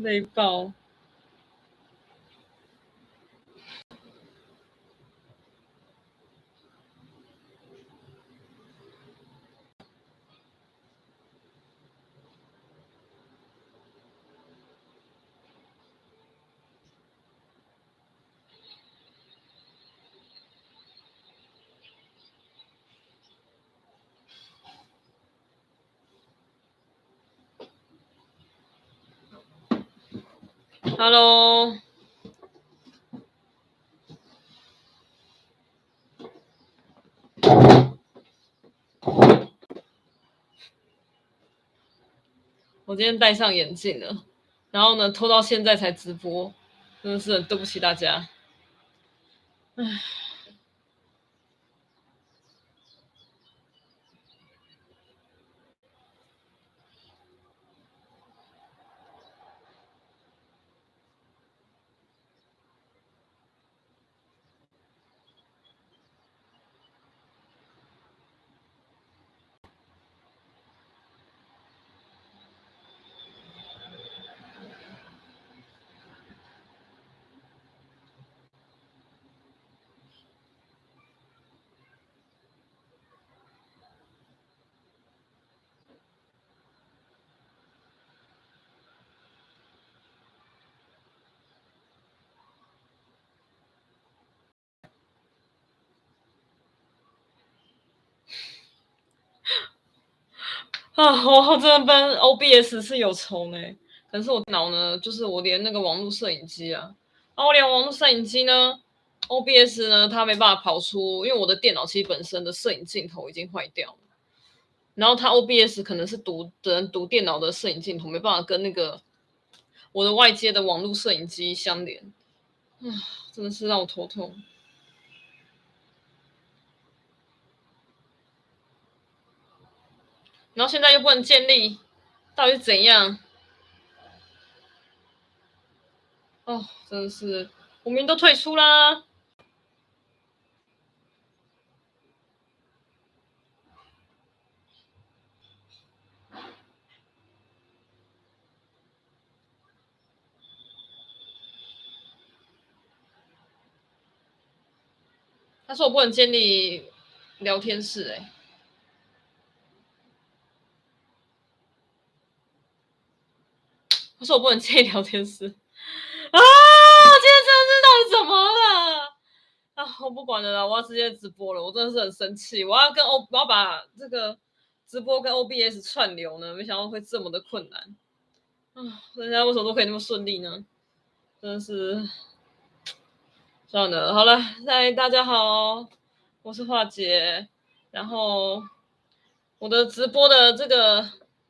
累爆。Hello， 我今天戴上眼镜了，然后呢，拖到现在才直播，真的是很对不起大家。唉。我真的跟 OBS 是有仇呢，可是我电脑呢，就是我连那个网络摄影机啊，我连网络摄影机呢 ，OBS 呢，它没办法跑出，因为我的电脑其实本身的摄影镜头已经坏掉了，然后它 OBS 可能是只能读电脑的摄影镜头，没办法跟那个我的外接的网络摄影机相连，真的是让我头痛。然后现在又不能建立，到底是怎样？真的是，我明明都退出啦。他说我不能建立聊天室，他说我不能建立聊天室。今天真的是到底怎么了？我不管了啦，我要直接直播了。我真的是很生气，我要把这个直播跟 OBS 串流呢，没想到会这么的困难。人家为什么都可以那么顺利呢？真的是，算了，好了，大家好，我是华姐，然后我的直播的这个，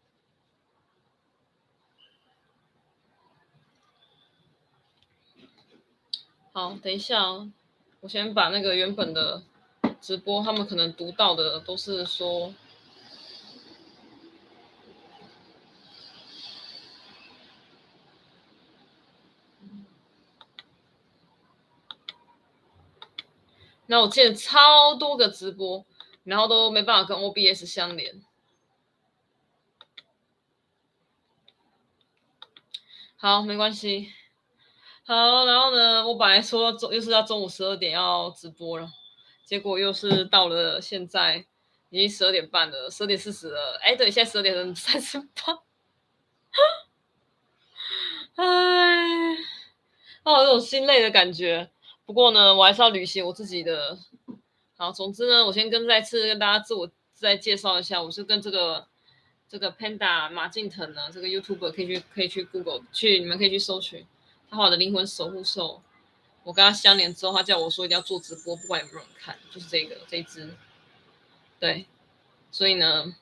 好，等一下哦，我先把那个原本的直播，他们可能读到的都是说。那我建超多个直播，然后都没办法跟 OBS 相连。好，没关系。好，然后呢，我本来说又是要中午12点要直播了，结果又是到了现在已经12点半了，12点40了。对，现在12点38。唉，有种心累的感觉。不过呢，我还是要履行我自己的。好，总之呢，我先再次跟大家再介绍一下，我是跟这个 Panda 马敬腾呢，这个 YouTuber 可以去 Google 你们可以去搜寻他画的灵魂守护兽。我跟他相连之后，他叫我说一定要做直播，不管有没有人看，就是这一只。对，所以呢，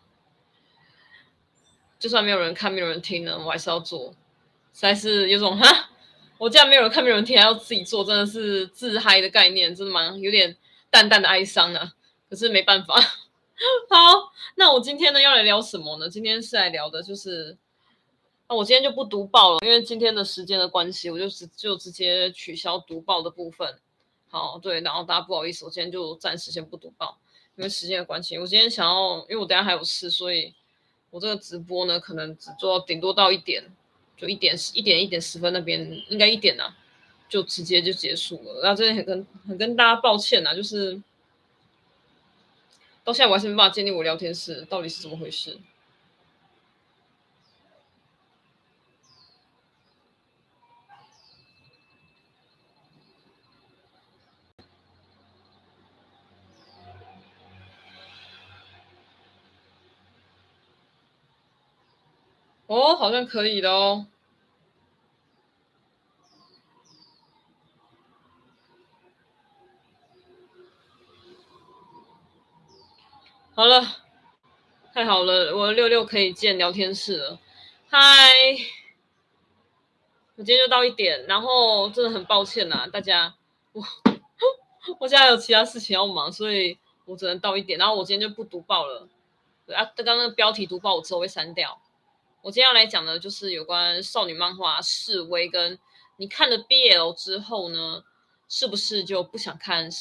就算没有人看，没有人听呢，我还是要做。实在是有种我既然没有人看，没有人听，还要自己做，真的是自嗨的概念，真的有点淡淡的哀伤啊。可是没办法。好，那我今天呢要来聊什么呢？今天是来聊的就是，我今天就不读报了，因为今天的时间的关系，我就直接取消读报的部分。好，对，然后大家不好意思，我今天就暂时先不读报，因为时间的关系。我今天想要，因为我等一下还有事，所以我这个直播呢，可能只做到顶多到1点， 就一点10分那边应该1点啊，就直接就结束了。然后真的很跟大家抱歉啊，就是到现在我还是没办法建立我聊天室，到底是怎么回事？哦，好像可以的哦。好了，太好了，我的66可以建聊天室了。嗨，我今天就到1点，然后真的很抱歉啦，大家，我现在有其他事情要忙，所以我只能到1点，然后我今天就不读报了。对啊，刚刚那个标题读报我之后会删掉。我今天要来讲的就是有关少女漫画示威，跟你看了 BL 之后呢，是不是就不想看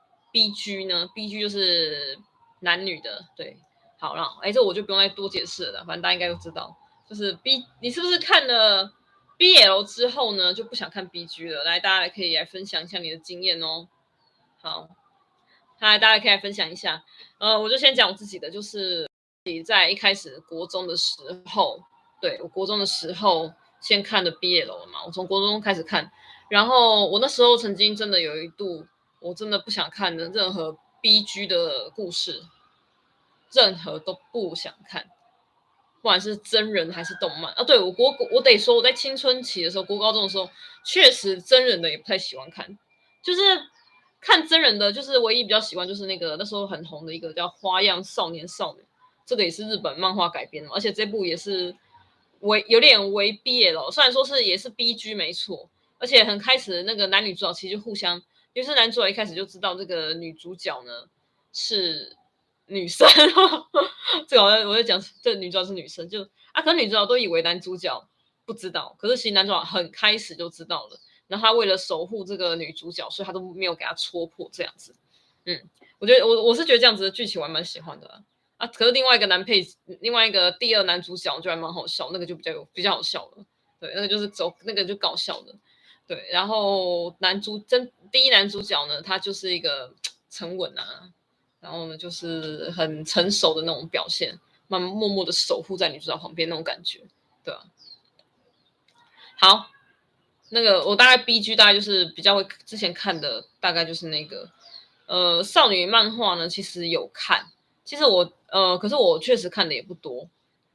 BG 呢？BG 就是男女的，对。好了，这我就不用再多解释了，反正大家应该都知道，就是 你是不是看了 BL 之后呢，就不想看 BG 了？来，大家可以来分享一下你的经验哦。好，大家可以来分享一下。我就先讲我自己的，就是在一开始国中的时候，对，我国中的时候先看的 BL 了嘛，我从国中开始看，然后我那时候曾经真的有一度，我真的不想看的任何 BG 的故事，任何都不想看，不管是真人还是动漫啊。对，我得说，我在青春期的时候，国高中的时候，确实真人的也不太喜欢看，就是看真人的，就是唯一比较喜欢就是那个那时候很红的一个叫《花样少年少女》，这个也是日本漫画改编的，而且这部也是有点为 BL，虽然说也是 BG 没错，而且很开始那个男女主角其实就互相，就是男主角一开始就知道这个女主角呢是女生，这个我在讲这女主角是女生，可能女主角都以为男主角不知道，可是其实男主角很开始就知道了。然后他为了守护这个女主角，所以他都没有给她戳破这样子。我觉得我是觉得这样子的剧情我还蛮喜欢的可是另外一个第二男主角我觉得还蛮好笑，那个就比较好笑了。对，那个就是那个就搞笑的。对，然后第一男主角呢，他就是一个沉稳啊，然后呢就是很成熟的那种表现，慢慢默默的守护在女主角旁边那种感觉，对啊。好，那个我大概 BG 大概就是比较会之前看的，大概就是那个少女漫画呢，其实有看，其实可是我确实看的也不多。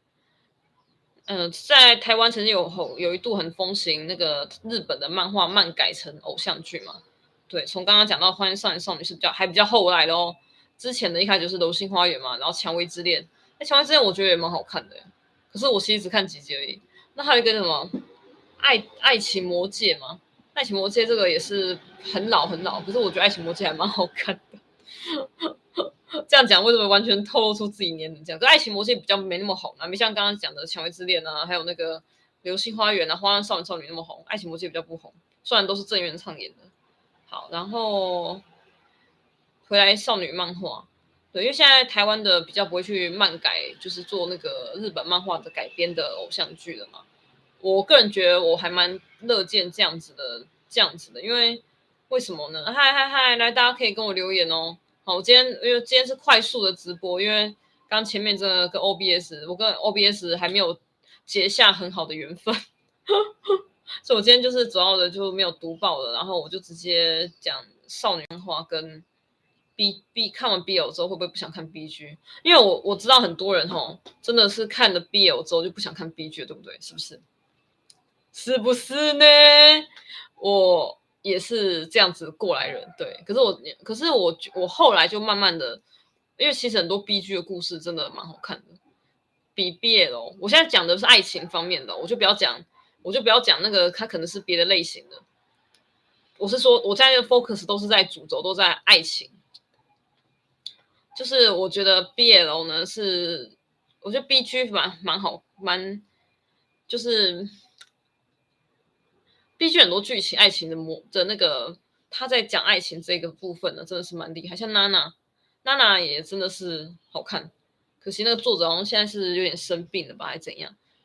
在台湾曾经有一度很风行那个日本的漫画漫改成偶像剧嘛，对，从刚刚讲到《欢迎少年少女》是比较后来的哦，之前的一开始就是《流星花园》嘛，然后《蔷薇之恋》，《蔷薇之恋》我觉得也蛮好看的，可是我其实只看几集而已。那还有一个什么爱情魔戒嘛，爱情魔戒这个也是很老很老，可是我觉得爱情魔戒还蛮好看的。这样讲为什么完全透露出自己年龄？这样，可爱情魔戒比较没那么红啊，没像刚刚讲的《蔷薇之恋》啊，还有那个《流星花园》啊，《花样少年少女》那么红。爱情魔戒比较不红，虽然都是郑元畅演的。好，然后回来少女漫画，对，因为现在台湾的比较不会去漫改，就是做那个日本漫画的改编的偶像剧了嘛。我个人觉得我还蛮乐见这样子的，因为什么呢？嗨，来，大家可以跟我留言哦。好，因为今天是快速的直播，因为刚前面真的我跟 OBS 还没有结下很好的缘分，所以我今天就是主要的就没有读报了，然后我就直接讲少女漫画跟 看完 BL 之后会不会不想看 BG？因为我知道很多人真的是看了 BL 之后就不想看 BG，对不对？是不是？是不是呢？我也是这样子过来人，对。可是我后来就慢慢的，因为其实很多 BG 的故事真的蛮好看的，比 BL。我现在讲的是爱情方面的，我就不要讲那个它可能是别的类型的。我是说，我现在的 focus 都是在主轴，都在爱情。就是我觉得 BL 呢我觉得 BG 蛮好，就是。毕竟很多剧情、爱情的那个，他在讲爱情这个部分呢，真的是蛮厉害。像娜娜也真的是好看，可惜那个作者好像现在是有点生病了吧，还是怎样？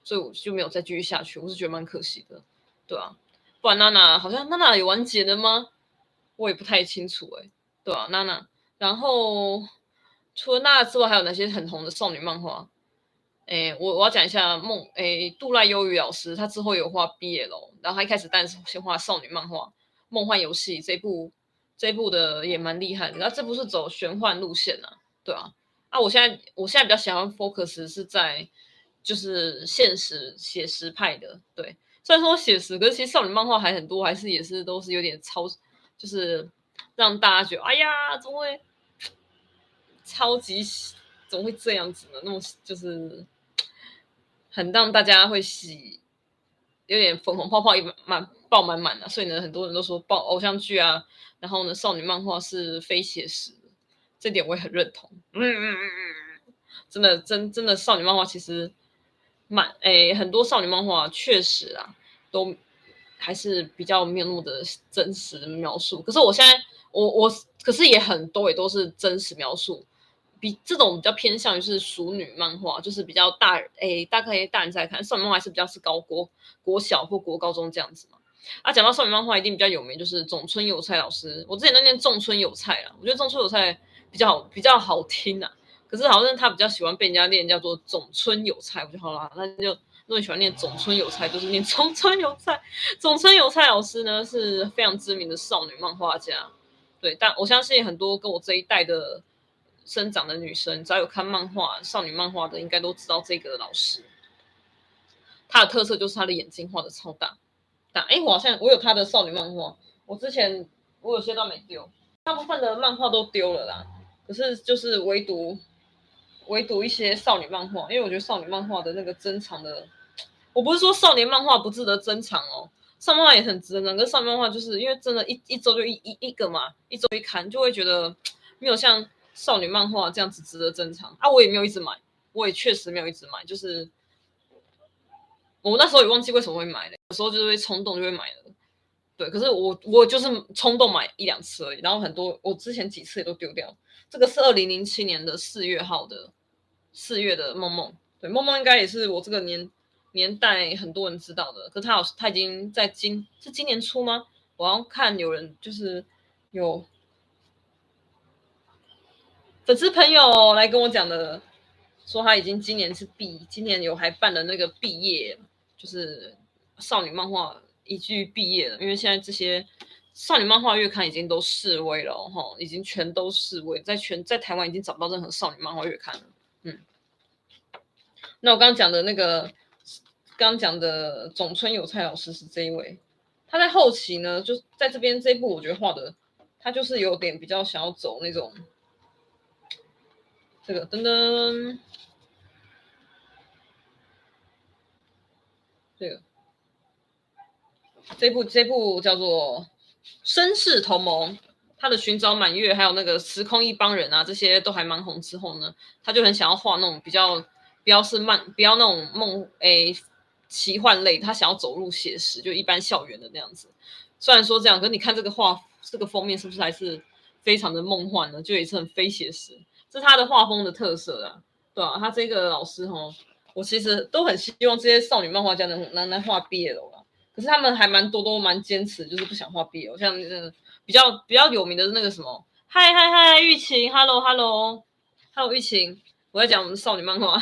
所以我就没有再继续下去，我是觉得蛮可惜的，对啊，不然娜娜好像娜娜有完结的吗？我也不太清楚对啊，娜娜，然后除了娜娜之外，还有哪些很红的少女漫画？我要讲一下杜赖优羽老师，他之后有画 BL，然后他一开始但是先画少女漫画《梦幻游戏》这部的也蛮厉害的，然后这部是走玄幻路线啊，对啊，我现在比较喜欢 focus 是在就是现实写实派的，对，虽然说写实，可是其实少女漫画还很多，还是也是都是有点就是让大家觉得哎呀，怎么会超级怎么会这样子呢？那种就是很让大家会有点粉红泡泡爆满满的，所以呢，很多人都说偶像剧啊，然后呢，少女漫画是非写实的，这点我也很认同。真的少女漫画其实很多少女漫画确实啊，都还是比较没有那么的真实的描述。可是我现在可是也很多也都是真实描述。这种比较偏向于是熟女漫画，就是比较大概大人在看，少女漫画还是比较是国小或国高中这样子嘛。讲到少女漫画，一定比较有名就是种村有菜老师。我之前在念种村有菜啊，我觉得种村有菜比较好听啊。可是好像他比较喜欢被人家念叫做种村有菜，我就好啦，那就如果你喜欢念种村有菜，就是念种村有菜。种村有菜老师呢是非常知名的少女漫画家，对，但我相信很多跟我这一代的生长的女生，只要有看少女漫画的，应该都知道这个老师。他的特色就是他的眼睛画的超大。我有他的少女漫画，我有些倒没丢，大部分的漫画都丢了啦。可是就是唯独一些少女漫画，因为我觉得少女漫画的那个珍藏的，我不是说少年漫画不值得珍藏哦，少女漫画也很值得珍藏。可是少女漫画就是因为真的一周就一个嘛，一周一刊，就会觉得没有像少女漫画这样子值得珍藏啊。我也没有一直买，我也确实没有一直买，就是我那时候也忘记为什么会买了，有时候就是会冲动就会买了。对，可是我就是冲动买1-2次而已，然后很多我之前几次也都丢掉。这个是2007年的4月的梦梦，对，梦梦应该也是我这个年代很多人知道的，可是他已经在今年初吗？我要看有人就是有粉丝朋友来跟我讲的，说他已经今年有还办了那个毕业，就是少女漫画一句毕业了，因为现在这些少女漫画月刊已经都示威了已经全都示威，在台湾已经找不到任何少女漫画月刊了。那我刚刚讲的种村有菜老师是这一位，他在后期呢，就在这一部我觉得画的，他就是有点比较想要走那种这个噔噔。这部叫做《绅士同盟》，他的寻找满月还有那个时空一帮人啊，这些都还蛮红。之后呢，他就很想要画那种比较不要那种奇幻类，他想要走入写实，就一般校园的那样子。虽然说这样，可是你看这个封面是不是还是非常的梦幻呢？就也是很非写实，这是他的画风的特色啊，对啊，他这个老师我其实都很希望这些少女漫画家能来画 BL 啊。可是他们还蛮多都蛮坚持，就是不想画 BL，像那个比较有名的那个什么，嗨嗨嗨，玉琴 ，Hello Hello，Hello 玉琴，我在讲我们少女漫画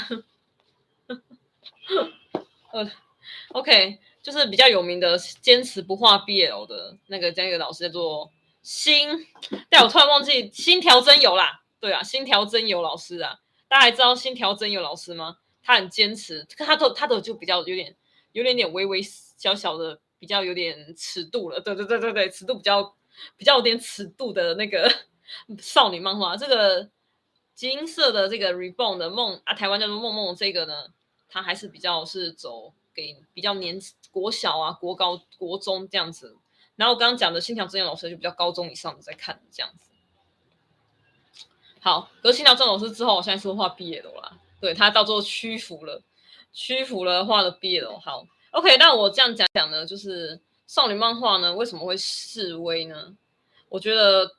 ，OK， 就是比较有名的坚持不画 BL 的这样一个老师叫做但我突然忘记新条真由啦，对啊，新条真由老师啊，大家还知道新条真由老师吗？他很坚持，他的就比较有点微微小小的比较有点尺度了，对，尺度比较有点尺度的那个少女漫画，这个金色的这个 Reborn 的梦啊，台湾叫做梦梦这个呢，它还是比较是走给比较国小啊、国高、国中这样子。然后我刚刚讲的新条真由老师就比较高中以上的在看这样子。好，可是新条真由老师之后，我现在是画毕业了啦，对他到最后屈服了，画了毕业了。好 ，OK， 那我这样讲呢，就是少女漫画呢为什么会示威呢？我觉得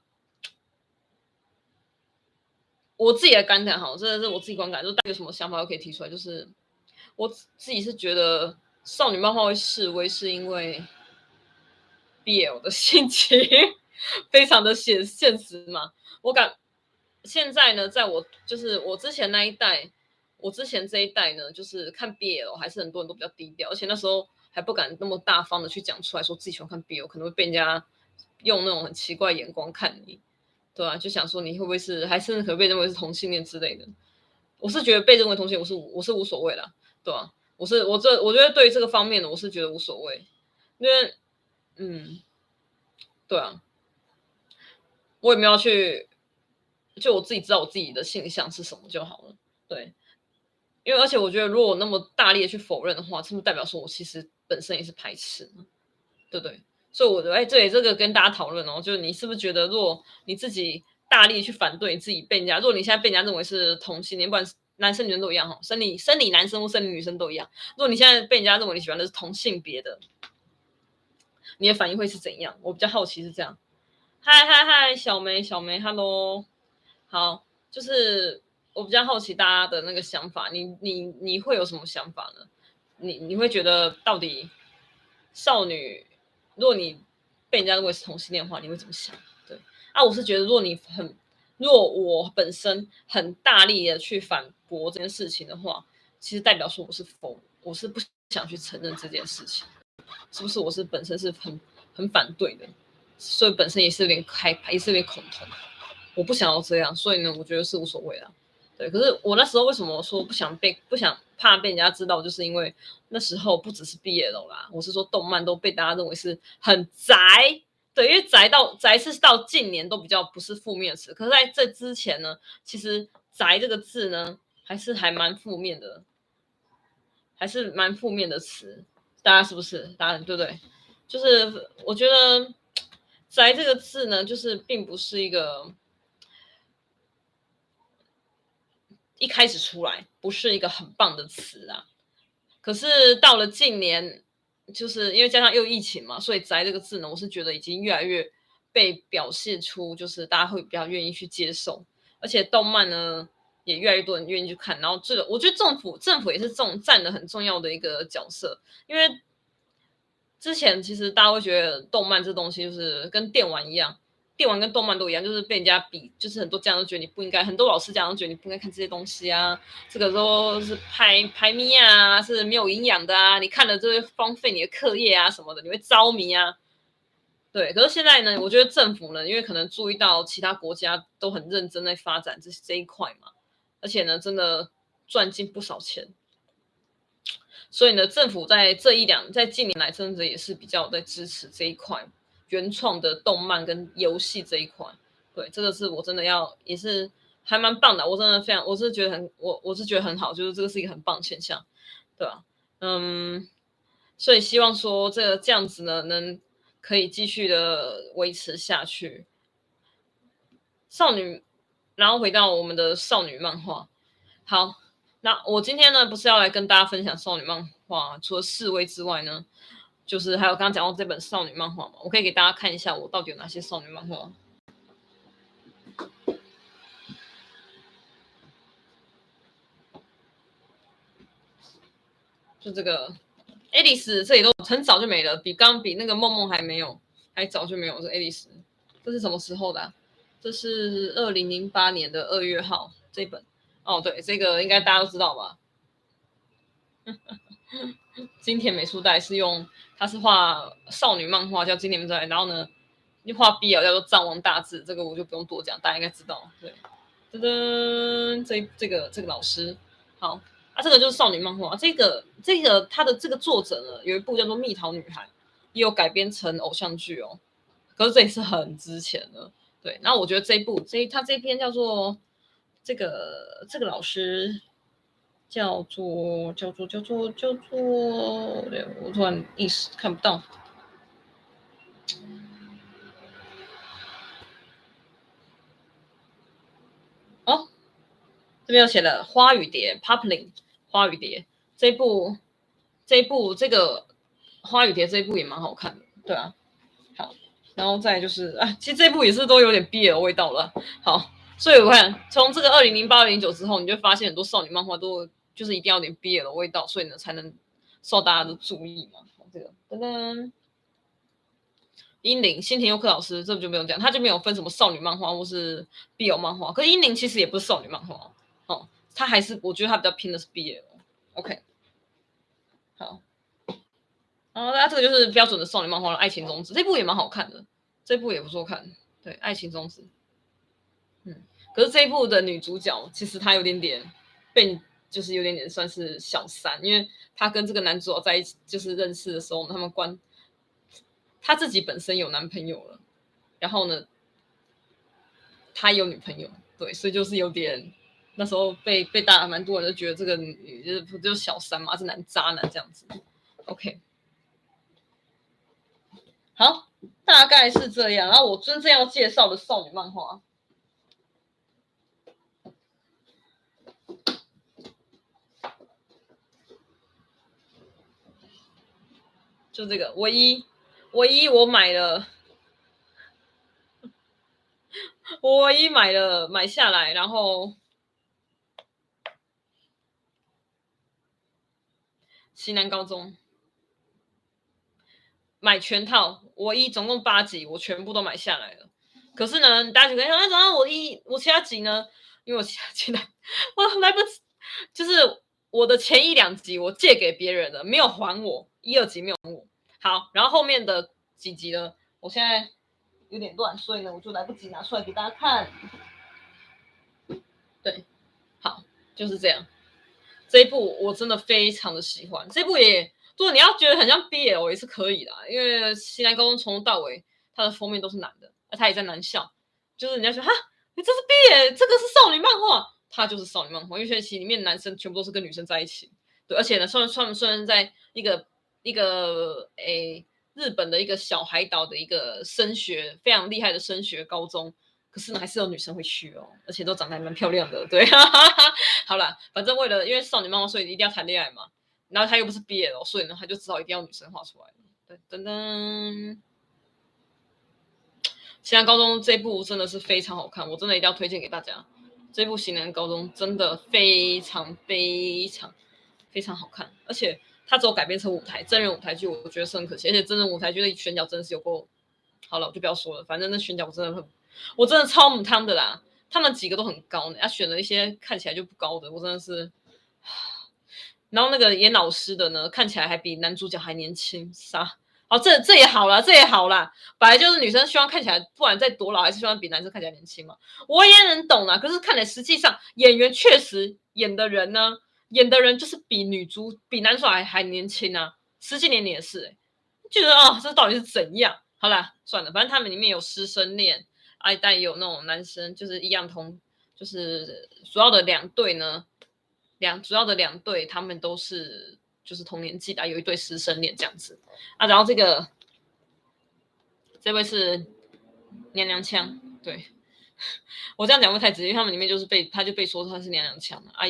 我自己的观感，真的是我自己观感，就是大家有什么想法都可以提出来。就是我自己是觉得少女漫画会示威，是因为 BL 的性情非常的现实嘛。现在呢，在我就是我之前那一代，我之前这一代呢，就是看 BL 还是很多人都比较低调，而且那时候还不敢那么大方的去讲出来说自己喜欢看 BL，可能会被人家用那种很奇怪的眼光看你，对啊，就想说你会不会是还甚至可能被认为是同性恋之类的。我是觉得被认为同性恋我是无所谓啦，对啊，我觉得对于这个方面的我是觉得无所谓，因为对啊，我也没有要去，就我自己知道我自己的性向是什么就好了。对，因为而且我觉得，如果我那么大力的去否认的话，是不是代表说我其实本身也是排斥呢？对不对？所以我觉得，这个跟大家讨论哦，就是你是不是觉得，如果你自己大力去反对你自己被人家，如果你现在被人家认为是同性恋，不管男生女生都一样哈，生理男生或生理女生都一样。如果你现在被人家认为你喜欢的是同性别的，你的反应会是怎样？我比较好奇是这样。嗨，小梅，Hello，好，就是我比较好奇大家的那个想法，你会有什么想法呢？你会觉得到底少女，如果你被人家认为是同性恋的话，你会怎么想？对啊，我是觉得如果我本身很大力的去反驳这件事情的话，其实代表说我是不想去承认这件事情，是不是？我是本身是很反对的。所以本身也是有点也是有点恐同，我不想要这样，所以呢，我觉得是无所谓啦。对，可是我那时候为什么说不想怕被人家知道，就是因为那时候不只是BL啦，我是说动漫都被大家认为是很宅，对，因为宅是到近年都比较不是负面的词，可是在这之前呢，其实宅这个字呢还蛮负面的，还是蛮负面的词，大家是不是？大家对不对？就是我觉得。宅这个字呢，就是并不是一个一开始出来不是一个很棒的词啊。可是到了近年，就是因为加上又疫情嘛，所以宅这个字呢，我是觉得已经越来越被表现出，就是大家会比较愿意去接受，而且动漫呢也越来越多人愿意去看。然后我觉得政府也是占了很重要的一个角色，因为。之前其实大家会觉得动漫这东西就是跟电玩一样，电玩跟动漫都一样，就是被人家比，就是很多家长都觉得你不应该，很多老师家长都觉得你不应该看这些东西啊，这个都是排咪啊，是没有营养的啊，你看了就会荒废你的课业啊什么的，你会着迷啊。对，可是现在呢，我觉得政府呢，因为可能注意到其他国家都很认真在发展这一块嘛，而且呢，真的赚进不少钱。所以呢，政府在近年来，真的也是比较在支持这一块原创的动漫跟游戏这一块。对，这个是我真的也是还蛮棒的。我真的非常，我是觉得我是觉得很好，就是这个是一个很棒的现象，对吧？所以希望说这样子呢，可以继续的维持下去。然后回到我们的少女漫画，好。那我今天呢，不是要来跟大家分享少女漫画，除了示威之外呢，就是还有刚刚讲到这本少女漫画嘛，我可以给大家看一下我到底有哪些少女漫画。就这个 Alice 这里都很早就没了，比那个梦梦还早就没有。这 Alice 这是什么时候的啊？这是2008年的2月号这本。哦，对，这个应该大家都知道吧？金田美术代是他是画少女漫画叫金田美术代，然后呢，画 BL 叫做藏王大志，这个我就不用多讲，大家应该知道。对，噔噔，这个老师，好啊，这个就是少女漫画。这个他的这个作者呢，有一部叫做《蜜桃女孩》，也有改编成偶像剧哦。可是这也是很之前的，对。然后我觉得他这篇叫做这个老师。叫做，对，我突然一时看不到。哦，这边有写了《花与蝶》（Poplin），花与蝶这一部这个花与蝶这一部也蛮好看的，对啊。好，然后再就是啊，其实这一部也是都有点 BL 味道了。好，所以我看从这个2008、2009之后，你就发现很多少女漫画都就是一定要有点 BL 的味道，所以呢才能受大家的注意嘛。这个噔噔，英灵新田优克老师，这就不用讲，他就没有分什么少女漫画或是 BL 漫画，可是英灵其实也不是少女漫画哦，他还是我觉得他比较拼的是 BL。OK， 好。然后大家这个就是标准的少女漫画的爱情宗旨，这部也蛮好看的，这部也不错看，对，爱情宗旨，可是这一部的女主角其实她有点点被，就是有点点算是小三，因为她跟这个男主角在一起，就是认识的时候，他们她自己本身有男朋友了，然后呢，她有女朋友，对，所以就是有点那时候被大家蛮多人就觉得这个女就是小三嘛，是男渣男这样子。OK， 好，大概是这样。然后我真正要介绍的少女漫画。就这个，唯一我买了，我唯一买下来，然后西南高中买全套，总共8集，我全部都买下来了。可是呢，大家就跟说，怎么我其他集呢？因为我其他集我来不及，就是我的前1、2集我借给别人了，没有还我，1、2集没有还我。好，然后后面的几集呢，我现在有点乱，所以呢，我就来不及拿出来给大家看。对，好，就是这样。这一部我真的非常的喜欢，这部也，如果你要觉得很像 BL 也是可以的，因为西南高中从头到尾它的封面都是男的，而他也在男校，就是人家说哈，你这是 BL，这个是少女漫画，它就是少女漫画，因为其实里面男生全部都是跟女生在一起，对，而且呢，虽然在一个日本的一个小海岛的一个升学非常厉害的升学高中。可是呢，还是有女生会去哦，而且都长得还蛮漂亮的，对。好啦，反正因为少女漫画，所以一定要谈恋爱嘛。然后他又不是 BL，所以呢，他就只好一定要女生画出来。对，噔噔。西南高中这部真的是非常好看，我真的一定要推荐给大家。这部西南高中真的非常非常非常好看，而且它只有改编成真人舞台剧，我觉得是很可惜。而且真人舞台剧的选角真的是有够好了，我就不要说了，反正那选角我真的超母汤的啦，他们几个都很高呢，选了一些看起来就不高的，我真的是。然后那个演老师的呢，看起来还比男主角还年轻，啥？哦，这也好啦，这也好啦。本来就是女生希望看起来，不管再多老，还是希望比男生看起来年轻嘛。我也能懂啦，可是看来实际上演员确实演的人就是比男主角还年轻啊，实际年龄也是、觉得这到底是怎样？好啦，算了，反正他们里面有师生恋，但也有那种男生，就是一样就是主要的2对呢，主要的2对他们都是就是同年纪的，有一对师生恋这样子啊。然后这位是娘娘腔，对我这样讲会太直接，因为他们里面他就被说他是娘娘腔啊，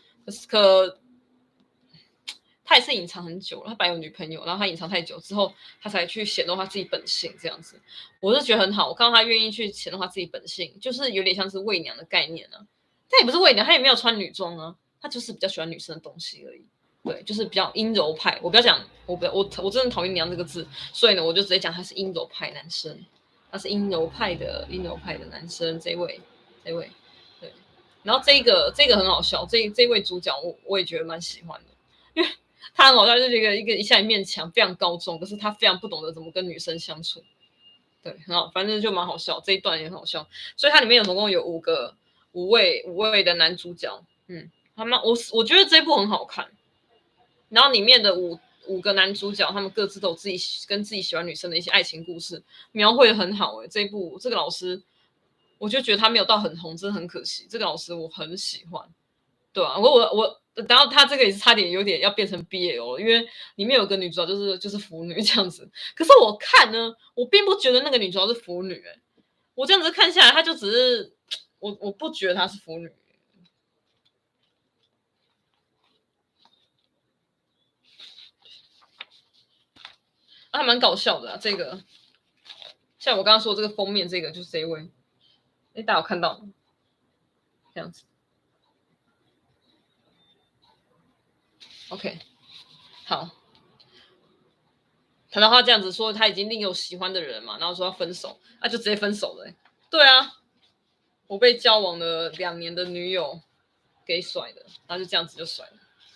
他也是隐藏很久了，他本来有女朋友，然后他隐藏太久之后，他才去显露他自己本性这样子，我是觉得很好。我看到他愿意去显露他自己本性，就是有点像是媚娘的概念啊。他也不是媚娘，他也没有穿女装啊，他就是比较喜欢女生的东西而已。对，就是比较阴柔派。我不要讲，我真的讨厌娘这个字，所以呢，我就直接讲他是阴柔派男生，他是阴柔派的男生。这位，对。然后这个很好笑，这位主角我也觉得蛮喜欢的，因为他很好笑，就是一下一面墙，非常高中，可是他非常不懂得怎么跟女生相处。对，很好，反正就蛮好笑，这一段也很好笑。所以它里面总共有五位的男主角，我觉得这部很好看。然后里面的五个男主角，他们各自都有跟自己喜欢女生的一些爱情故事，描绘的很好。这个老师，我就觉得他没有到很红，真的很可惜。这个老师我很喜欢。对啊，然后他这个也是差点有点要变成 BL，因为里面有个女主角就是腐女这样子。可是我看呢，我并不觉得那个女主角是腐女，我这样子看下来，她就只是我不觉得她是腐女。还蛮搞笑的这个，像我刚刚说这个封面，这个就是这一位，大家有看到吗？这样子。 OK， 好。他的话这样子说，他已经另有喜欢的人嘛，然后说要分手，就直接分手了、欸。对啊，我被交往了2年的女友给甩了，然后就这样子就甩了。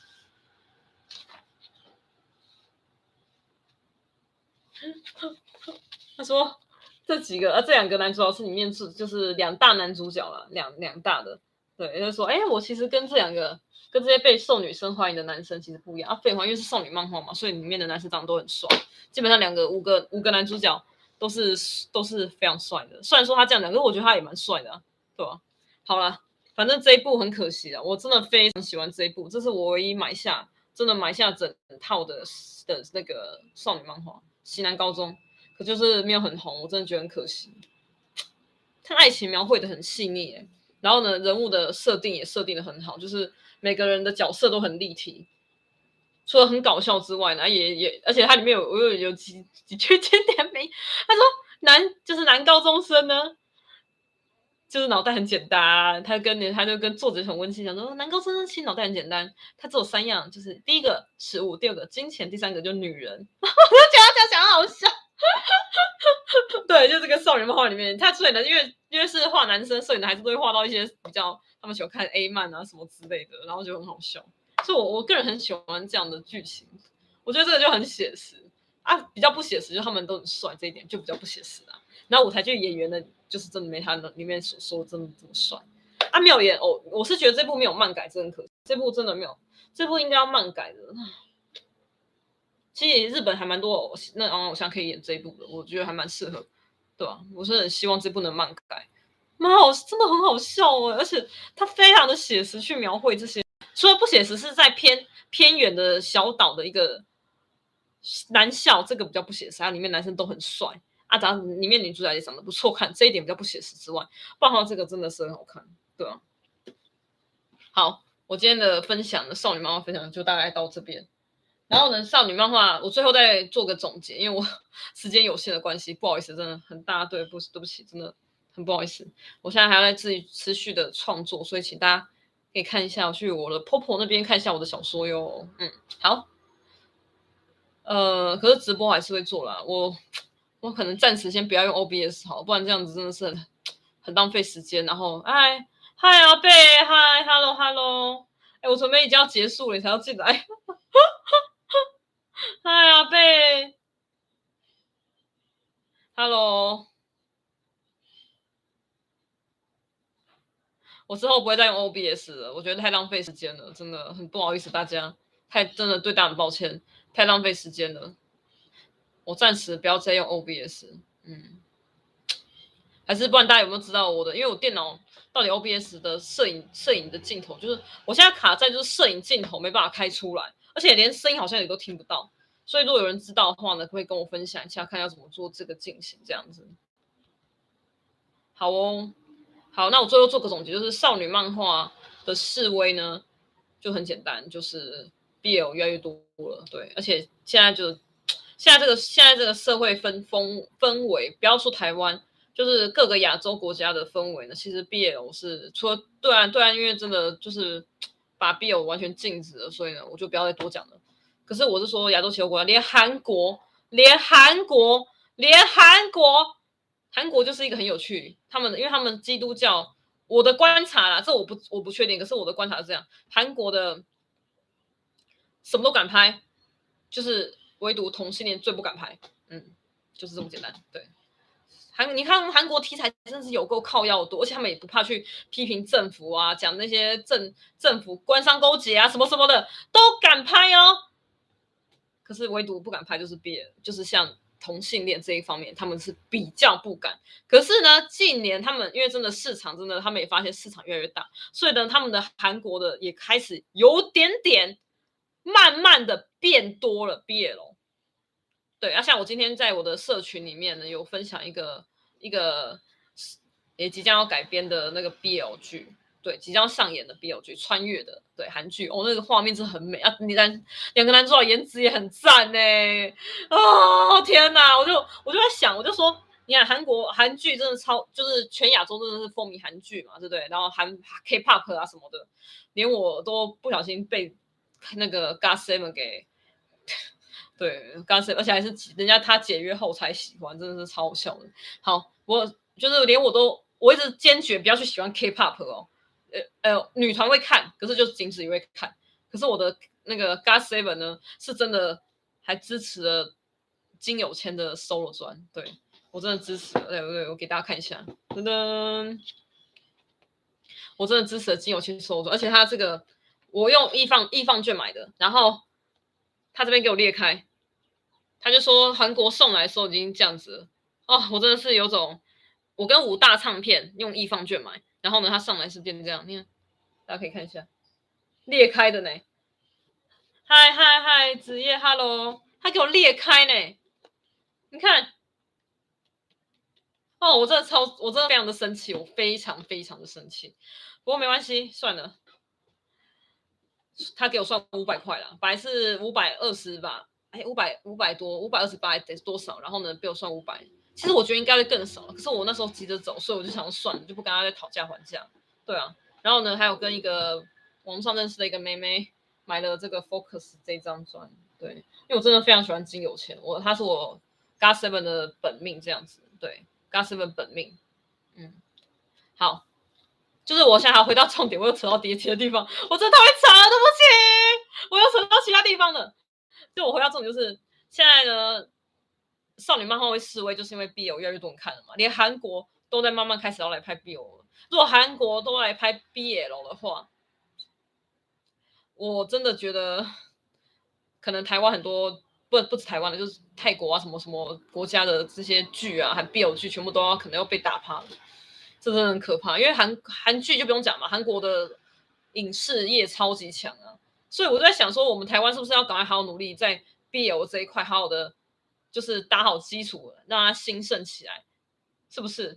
他说这2个男主角是里面就是2大男主角了，两大的。对，就是说，我其实跟这些被受女生欢迎的男生其实不一样啊。废话，因为是少女漫画嘛，所以里面的男生长得都很帅，基本上五个男主角都是非常帅的。虽然说他这样讲，可是我觉得他也蛮帅的啊，对吧？好啦，反正这一部很可惜啊，我真的非常喜欢这一部，这是我唯一真的买下整套的那个少女漫画《西南高中》，可就是没有很红，我真的觉得很可惜。他爱情描绘的很细腻，然后呢，人物的设定也设定的很好，就是每个人的角色都很立体，除了很搞笑之外呢，而且它里面有几句经典名，他说男高中生呢，就是脑袋很简单，他就跟作者很温馨讲说，男高中生其实脑袋很简单，他只有3样，就是第一个食物，第2个金钱，第3个就是女人。我就觉得他讲好笑。对，就这个少女漫画里面，他出演的因为是画男生，所以呢还是都会画到一些比较他们喜欢看 A 漫啊什么之类的，然后就很好笑。所以我个人很喜欢这样的剧情，我觉得这个就很写实啊，比较不写实，就他们都很帅，这一点就比较不写实啊。然后舞台剧演员呢，就是真的没他里面所说真的这么帅啊，没有演哦，我是觉得这部没有漫改，真的可惜，这部真的没有，这部应该要漫改的。其实日本还蛮多那偶像可以演这一部的，我觉得还蛮适合，对吧？我是很希望这部能漫改，真的很好笑而且它非常的写实去描绘这些，除了不写实是在偏远的小岛的一个男校，这个比较不写实，它里面男生都很帅啊，然后里面女主角也长得不错看，这一点比较不写实之外，不然的话这个真的是很好看，对啊。好，我今天的分享的少女漫画分享就大概到这边。然后呢，少女漫画我最后再做个总结，因为我时间有限的关系，不好意思，真的很大对不起，真的很不好意思。我现在还要在自己持续的创作，所以请大家可以看一下，我去我的 Popo 那边看一下我的小说哟。好，可是直播还是会做啦，我可能暂时先不要用 OBS 好，不然这样子真的是很浪费时间。然后，嗨阿贝，嗨，hello，我准备已经要结束了，你才要进来。嗨阿贝 ，Hello， 我之后不会再用 OBS 了，我觉得太浪费时间了，真的很不好意思大家，真的对大家很抱歉，太浪费时间了。我暂时不要再用 OBS，还是不然大家有没有知道我的？因为我电脑到底 OBS 的摄影的镜头，就是我现在卡在就是摄影镜头没办法开出来，而且连声音好像也都听不到。所以如果有人知道的话呢，可以跟我分享一下，看要怎么做这个进行这样子。好哦，好，那我最后做个总结，就是少女漫画的示威呢，就很简单，就是 BL 越来越多了，对，而且现在这个社会氛围，不要说台湾，就是各个亚洲国家的氛围呢，其实 BL 是除了对啊，因为真的就是把 BL 完全禁止了，所以呢，我就不要再多讲了。可是我是说亚洲其他国家，连韩国韩国就是一个很有趣，因为他们基督教，我的观察啦，这我不确定，可是我的观察是这样，韩国的什么都敢拍，就是唯独同性恋最不敢拍，就是这么简单。对，你看韩国题材真的是有够靠腰多，而且他们也不怕去批评政府啊，讲那些政府官商勾结啊什么什么的都敢拍哦。可是唯独不敢拍就是像同性恋这一方面，他们是比较不敢。可是呢，近年他们因为真的市场真的，他们也发现市场越来越大，所以呢，他们的韩国的也开始有点慢慢的变多了 BL。对，像我今天在我的社群里面呢，有分享一个也即将要改编的那个 BL 剧。对，即将上演的 BL 剧，穿越的，对，韩剧，那个画面真的很美啊！两个男主角颜值也很赞呢，天哪！我就在想，我就说，你看韩剧真的就是全亚洲真的是风靡韩剧嘛，对不对？然后K-pop 啊什么的，连我都不小心被那个 GOT7 给对 GOT7，而且还是人家他解约后才喜欢，真的是超好笑的。好，我就是连我一直坚决不要去喜欢 K-pop 哦，女团会看，可是就仅止于会看。可是我的那个 GOT7 呢，是真的还支持了金有谦的 solo 专，对我真的支持了。对，我给大家看一下，噔噔，我真的支持了金有谦 solo 专，而且他这个我用易放券买的，然后他这边给我裂开，他就说韩国送来的时候已经这样子了，哦，我真的是有种，我跟五大唱片用易放券买，然后呢，他上来是变成这样，你看，大家可以看一下，裂开的呢。嗨，子夜 ，Hello， 他给我裂开呢，你看，哦，我真的非常的生气，我非常的生气。不过没关系，算了，他给我算500块了，本来是520吧，哎，500多，528得多少？然后呢，被我算500。其实我觉得应该会更少，可是我那时候急着走，所以我就想算了，就不跟他再讨价还价。对啊，然后呢，还有跟一个网上认识的一个妹妹买了这个 Focus 这张专，对，因为我真的非常喜欢金有钱，他是我 GOT7 的本命这样子，对 GOT7 本命，好。就是我现在还回到重点，我又扯到第一题的地方，我真的太会扯了，对不起，我又扯到其他地方了。就我回到重点，就是现在呢，少女漫画会示威，就是因为 BL 越来越多人看了嘛，连韩国都在慢慢开始要来拍 BL 了。如果韩国都来拍 BL 的话，我真的觉得可能台湾很多不止台湾的，就是泰国啊什么什么国家的这些剧啊，还 BL 剧全部都可能要被打趴了。这真的很可怕，因为韩剧就不用讲嘛，韩国的影视业超级强啊，所以我就在想说，我们台湾是不是要赶快好好努力，在 BL 这一块好好的，就是打好基础，让它兴盛起来，是不是？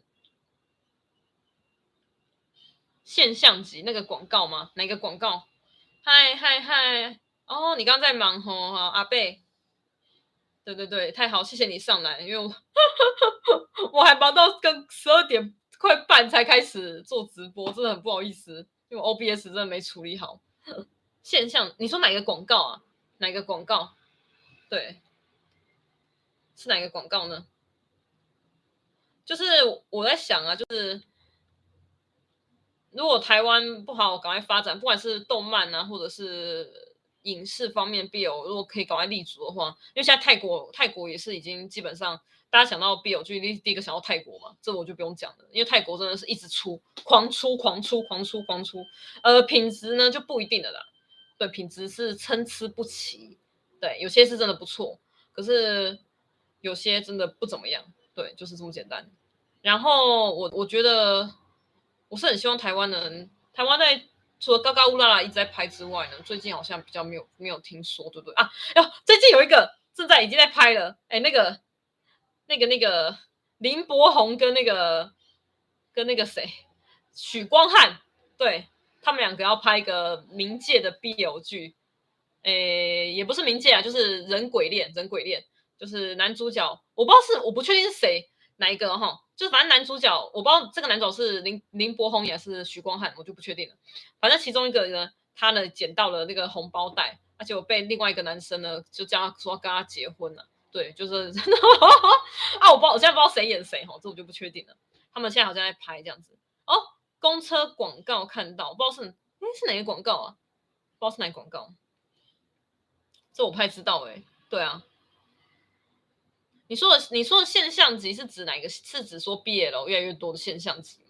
现象级那个广告吗？哪个广告？嗨，哦，你刚刚在忙吼，好，阿贝，对，太好，谢谢你上来，因为我还忙到跟12点快半才开始做直播，真的很不好意思，因为 OBS 真的没处理好。现象，你说哪个广告啊？哪个广告？对，是哪个广告呢？就是我在想啊，就是如果台湾不好赶快发展，不管是动漫啊，或者是影视方面 BL，如果可以赶快立足的话，因为现在泰国也是已经基本上大家想到 BL 剧，第一个想到泰国嘛，这我就不用讲了，因为泰国真的是一直出，狂出，品质呢就不一定的啦，对，品质是参差不齐，对，有些是真的不错，可是有些真的不怎么样，对，就是这么简单。然后我觉得我是很希望台湾在除了高高乌拉拉一直在拍之外呢，最近好像比较没有听说，对不对啊？最近有一个已经在拍了，哎，那个林柏宏跟那个谁许光汉，对他们两个要拍一个冥界的 BL 剧，也不是冥界啊，就是人鬼恋，就是男主角我不知道我不确定是谁哪一个哈。就反正男主角我不知道这个男主角是林柏宏也是许光汉，我就不确定了。反正其中一个呢，他呢捡到了那个红包袋，而且我被另外一个男生呢就叫他说跟他结婚了。对，就是啊，我现在不知道谁演谁哈，这我就不确定了。他们现在好像在拍这样子哦。公车广告看到，不知道是哪个广告啊？不知道是哪个广告，这我不太知道哎。对啊。你说的现象级是指哪一个？是指说 BL 越来越多的现象级吗？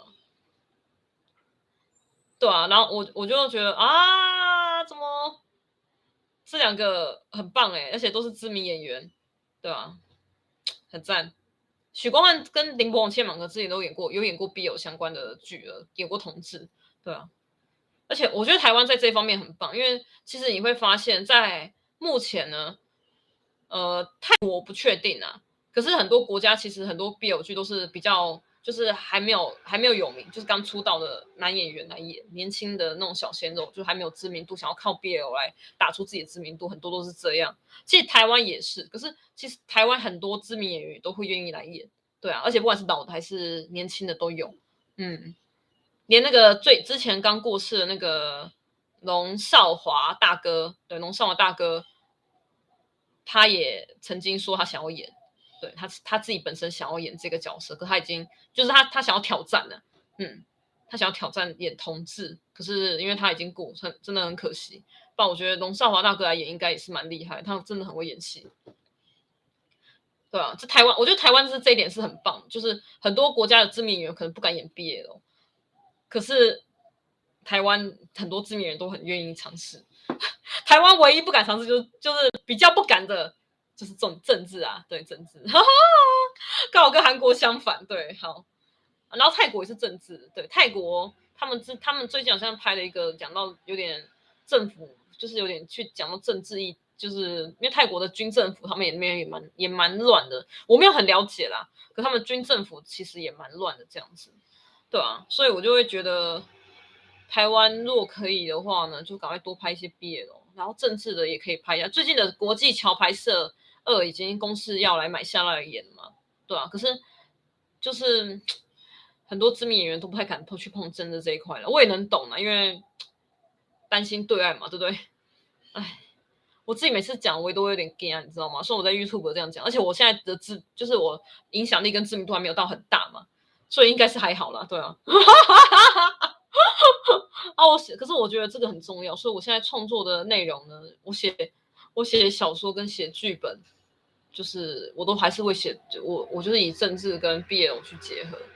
对啊，然后我就觉得啊，怎么这两个很棒哎，而且都是知名演员，对啊，很赞。许光汉跟林柏宏、千满哥之前都有演过 BL 相关的剧了，演过同志，对啊。而且我觉得台湾在这方面很棒，因为其实你会发现在目前呢，泰国不确定啊，可是很多国家其实很多 BL 剧都是比较就是还没有名，就是刚出道的男演员来演，年轻的那种小鲜肉，就还没有知名度，想要靠 BL 来打出自己的知名度，很多都是这样。其实台湾也是，可是其实台湾很多知名演员都会愿意来演，对啊，而且不管是老的还是年轻的都有，连那个之前刚过世的那个龙少华大哥，对，龙少华大哥，他也曾经说他想要演，对他自己本身想要演这个角色，可他已经就是他想要挑战了，他想要挑战演同志，可是因为他已经过，真的很可惜。不然我觉得龙少华大哥来演应该也是蛮厉害，他真的很会演戏。对啊，这台湾，我觉得台湾是这一点是很棒，就是很多国家的知名演员可能不敢演 BL，可是台湾很多知名人都很愿意尝试。台湾唯一不敢尝试就是比较不敢的，就是这种政治啊，对政治，刚好跟韩国相反，对，好。然后泰国也是政治，对泰国他们最近好像拍了一个讲到有点政府，就是有点去讲到政治意。就是因为泰国的军政府，他们也蛮乱的，我没有很了解啦。可他们军政府其实也蛮乱的这样子，对啊，所以我就会觉得台湾如果可以的话呢，就赶快多拍一些 BL，然后政治的也可以拍一下。最近的国际桥牌社2已经公司要来买下来演嘛，对啊，可是就是很多知名演员都不太敢去碰政治这一块了，我也能懂啦，因为担心对岸嘛，对不对？哎。我自己每次讲，我也都有点惊，你知道吗？所以我在 YouTube 这样讲，而且我现在的就是我影响力跟知名度还没有到很大嘛，所以应该是还好啦，对啊。可是我觉得这个很重要，所以我现在创作的内容呢，我写小说跟写剧本，就是我都还是会写，我就是以政治跟 BL 去结合，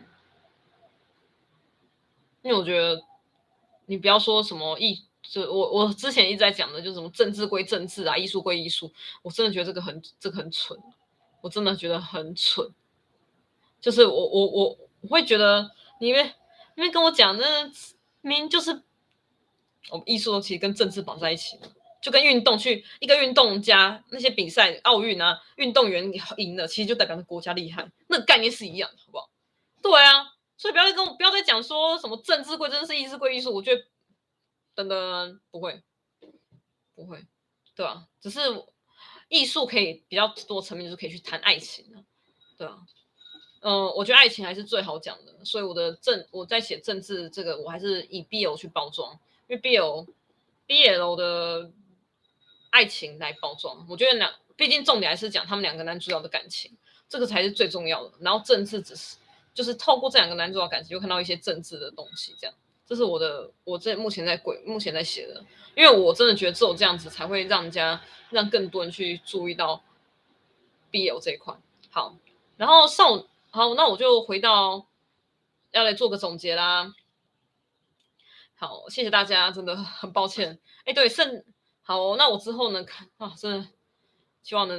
因为我觉得你不要说什么就我之前一直在讲的，就是什么政治归政治啊，艺术归艺术，我真的觉得这个很蠢，我真的觉得很蠢。就是我会觉得你们跟我讲，那明明就是我们艺术其实跟政治绑在一起，就跟运动去一个运动家那些比赛奥运啊，运动员赢了，其实就代表那国家厉害，那个概念是一样的，好不好？对啊，所以不要再讲说什么政治归政治，艺术归艺术，我觉得等等不会，对啊，只是艺术可以比较多层面，就是可以去谈爱情啊，对啊，我觉得爱情还是最好讲的，所以我在写政治这个，我还是以 BL 去包装，因为 BL 的爱情来包装，我觉得毕竟重点还是讲他们两个男主角的感情，这个才是最重要的，然后政治就是透过这两个男主角感情，就看到一些政治的东西，这样。这是我目前在写的，因为我真的觉得只有这样子才会让更多人去注意到 BL 这一块。好，然后好，那我就回到要来做个总结啦。好，谢谢大家，真的很抱歉。哎，对，好，那我之后呢，真的希望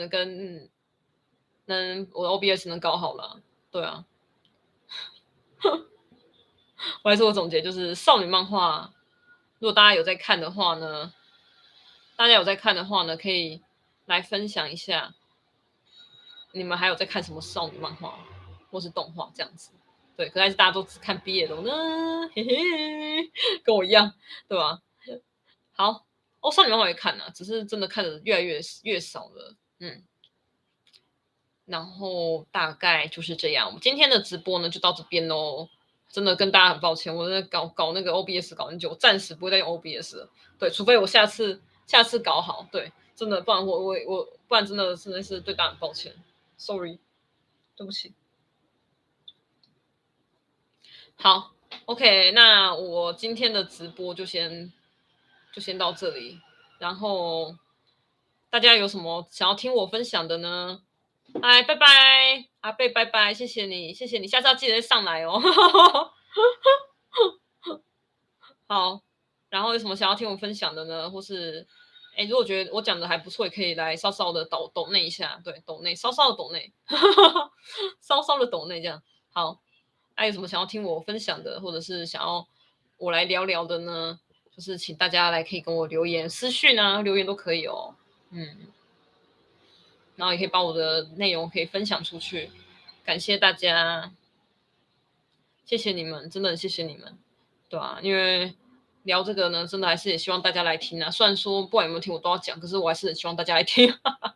我的 OBS 能搞好了，对啊。我来做个总结，就是少女漫画，如果大家有在看的话呢，可以来分享一下，你们还有在看什么少女漫画或是动画这样子？对，可是大家都只看 BL 呢，嘿嘿，跟我一样，对吧？好，少女漫画也看了，只是真的看的越来越少了，然后大概就是这样，我们今天的直播呢就到这边喽。真的跟大家很抱歉，我在搞那个 OBS 搞很久，我暂时不会再用 OBS 了。对，除非我下次搞好，对，真的，不然不然真的是对大家很抱歉 ，sorry， 对不起。好 ，OK， 那我今天的直播就先到这里，然后大家有什么想要听我分享的呢？拜拜，阿贝，拜拜，谢谢你，下次要记得再上来哦。好，然后有什么想要听我分享的呢？或是，如果觉得我讲的还不错，也可以来稍稍的抖内一下，对，抖内，稍稍的抖内，稍稍的抖内这样。好，还有什么想要听我分享的，或者是想要我来聊聊的呢？就是请大家可以跟我留言、私讯啊，留言都可以哦。然后也可以把我的内容可以分享出去，感谢大家，谢谢你们，真的很谢谢你们，对啊，因为聊这个呢，真的还是也希望大家来听啊。虽然说不管有没有听我都要讲，可是我还是很希望大家来听，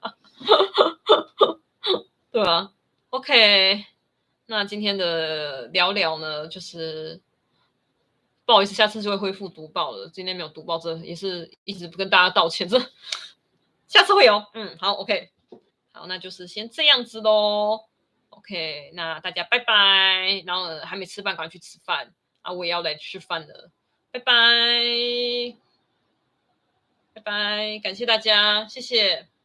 对啊。OK，那今天的聊聊呢，就是不好意思，下次就会恢复读报了。今天没有读报，这也是一直不跟大家道歉，这下次会有。好 ，OK， 好，那就是先这样子咯。OK， 那大家拜拜。然后还没吃饭，赶快去吃饭啊！我也要来吃饭了，拜拜，拜拜，感谢大家，谢谢。